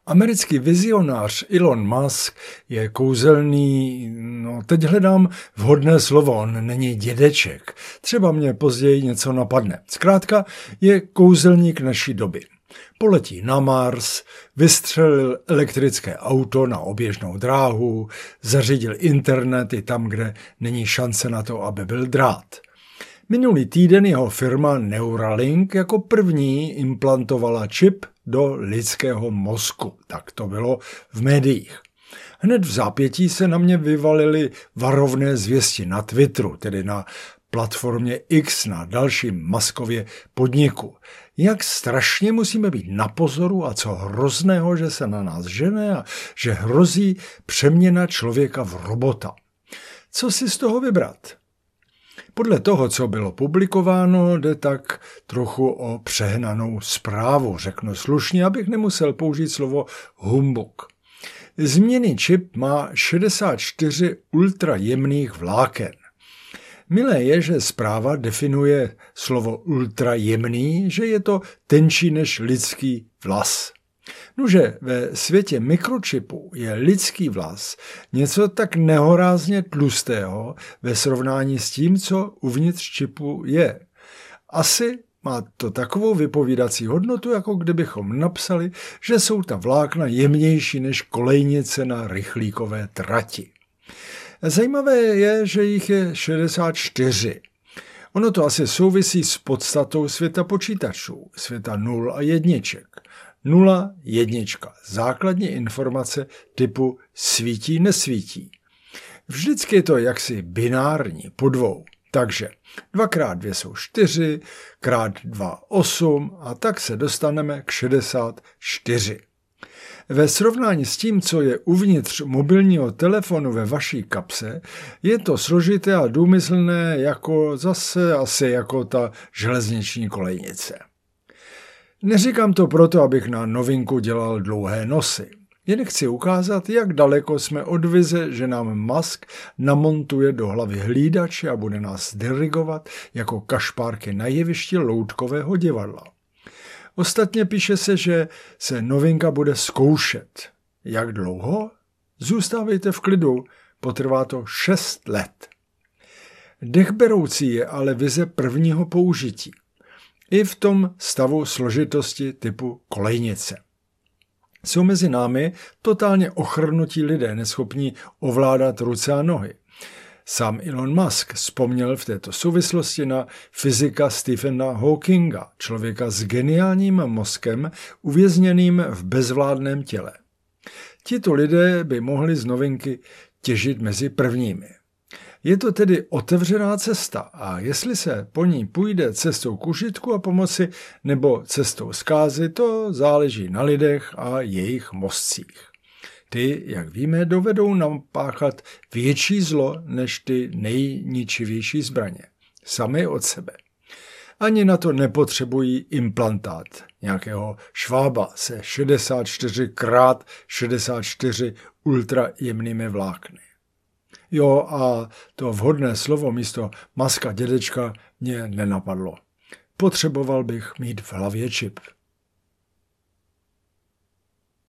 Americký vizionář Elon Musk je kouzelný, teď hledám vhodné slovo, on není dědeček. Třeba mě později něco napadne. Zkrátka je kouzelník naší doby. Poletí na Mars, vystřelil elektrické auto na oběžnou dráhu, zařídil internet i tam, kde není šance na to, aby byl drát. Minulý týden jeho firma Neuralink jako první implantovala čip do lidského mozku. Tak to bylo v médiích. Hned v zápětí se na mě vyvalily varovné zvěsti na Twitteru, tedy na platformě X, na dalším Muskově podniku. Jak strašně musíme být na pozoru a co hrozného, že se na nás žene a že hrozí přeměna člověka v robota. Co si z toho vybrat? Podle toho, co bylo publikováno, jde tak trochu o přehnanou zprávu, řeknu slušně, abych nemusel použít slovo humbuk. Změný čip má 64 ultrajemných vláken. Milé je, že zpráva definuje slovo ultrajemný, že je to tenčí než lidský vlas. Nuže ve světě mikročipu je lidský vlas něco tak nehorázně tlustého ve srovnání s tím, co uvnitř čipu je. Asi má to takovou vypovídací hodnotu, jako kdybychom napsali, že jsou ta vlákna jemnější než kolejnice na rychlíkové trati. Zajímavé je, že jich je 64. Ono to asi souvisí s podstatou světa počítačů, světa 0 a jedniček. 0, 1. Základní informace typu svítí, nesvítí. Vždycky je to jaksi binární, po dvou. Takže 2x2 jsou 4, x2 8 a tak se dostaneme k 64. Ve srovnání s tím, co je uvnitř mobilního telefonu ve vaší kapse, je to složité a důmyslné jako zase asi jako ta železniční kolejnice. Neříkám to proto, abych na novinku dělal dlouhé nosy. Jen chci ukázat, jak daleko jsme od vize, že nám Musk namontuje do hlavy hlídače a bude nás dirigovat jako kašpárky na jevišti loutkového divadla. Ostatně píše se, že se novinka bude zkoušet. Jak dlouho? Zůstávejte v klidu, potrvá to 6 let. Dechberoucí je ale vize prvního použití. I v tom stavu složitosti typu kolejnice. Jsou mezi námi totálně ochrnutí lidé, neschopní ovládat ruce a nohy. Sám Elon Musk vzpomněl v této souvislosti na fyzika Stephena Hawkinga, člověka s geniálním mozkem uvězněným v bezvládném těle. Tito lidé by mohli z novinky těžit mezi prvními. Je to tedy otevřená cesta a jestli se po ní půjde cestou k užitku a pomoci nebo cestou zkázy, to záleží na lidech a jejich mozcích. Ty, jak víme, dovedou napáchat větší zlo než ty nejničivější zbraně. Sami od sebe. Ani na to nepotřebují implantát nějakého švába se 64x64 ultrajemnými vlákny. Jo, a to vhodné slovo místo Muska dědečka mě nenapadlo. Potřeboval bych mít v hlavě čip.